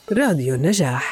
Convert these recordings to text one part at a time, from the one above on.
راديو النجاح.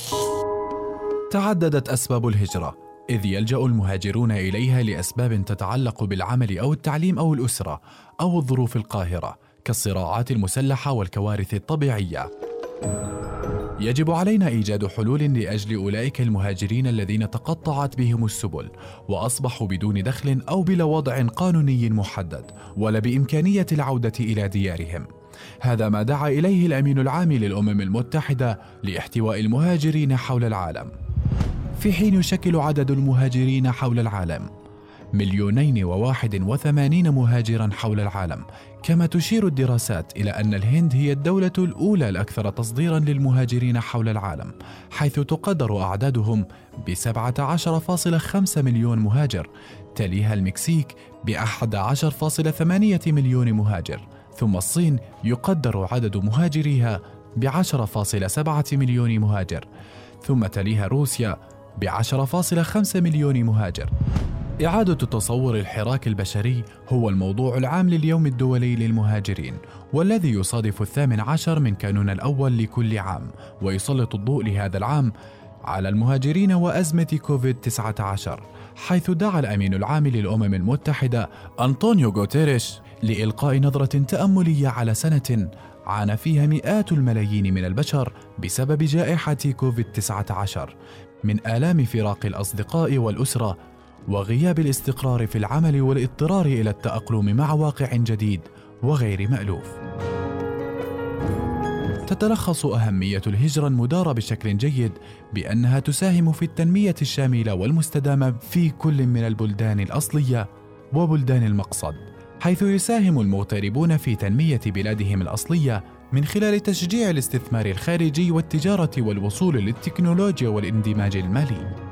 تعددت أسباب الهجرة، إذ يلجأ المهاجرون إليها لأسباب تتعلق بالعمل أو التعليم أو الأسرة أو الظروف القاهرة كالصراعات المسلحة والكوارث الطبيعية. يجب علينا إيجاد حلول لأجل أولئك المهاجرين الذين تقطعت بهم السبل وأصبحوا بدون دخل أو بلا وضع قانوني محدد ولا بإمكانية العودة إلى ديارهم. هذا ما دعا إليه الأمين العام للأمم المتحدة لاحتواء المهاجرين حول العالم. في حين يشكل عدد المهاجرين حول العالم 281 مهاجراً حول العالم، كما تشير الدراسات إلى أن الهند هي الدولة الأولى الأكثر تصديراً للمهاجرين حول العالم، حيث تقدر أعدادهم ب17.5 مليون مهاجر، تليها المكسيك ب11.8 مليون مهاجر، ثم الصين يقدر عدد مهاجريها ب10.7 مليون مهاجر، ثم تليها روسيا ب10.5 مليون مهاجر. إعادة تصور الحراك البشري هو الموضوع العام لليوم الدولي للمهاجرين، والذي يصادف 18 من كانون الأول لكل عام، ويسلط الضوء لهذا العام على المهاجرين وأزمة كوفيد-19، حيث دعا الأمين العام للأمم المتحدة أنطونيو غوتيريش لإلقاء نظرة تأملية على سنة عانى فيها مئات الملايين من البشر بسبب جائحة كوفيد-19 من آلام فراق الأصدقاء والأسرة وغياب الاستقرار في العمل والاضطرار إلى التأقلم مع واقع جديد وغير مألوف. تتلخص أهمية الهجرة المدارة بشكل جيد بأنها تساهم في التنمية الشاملة والمستدامة في كل من البلدان الأصلية وبلدان المقصد، حيث يساهم المغتربون في تنمية بلادهم الأصلية من خلال تشجيع الاستثمار الخارجي والتجارة والوصول للتكنولوجيا والاندماج المالي.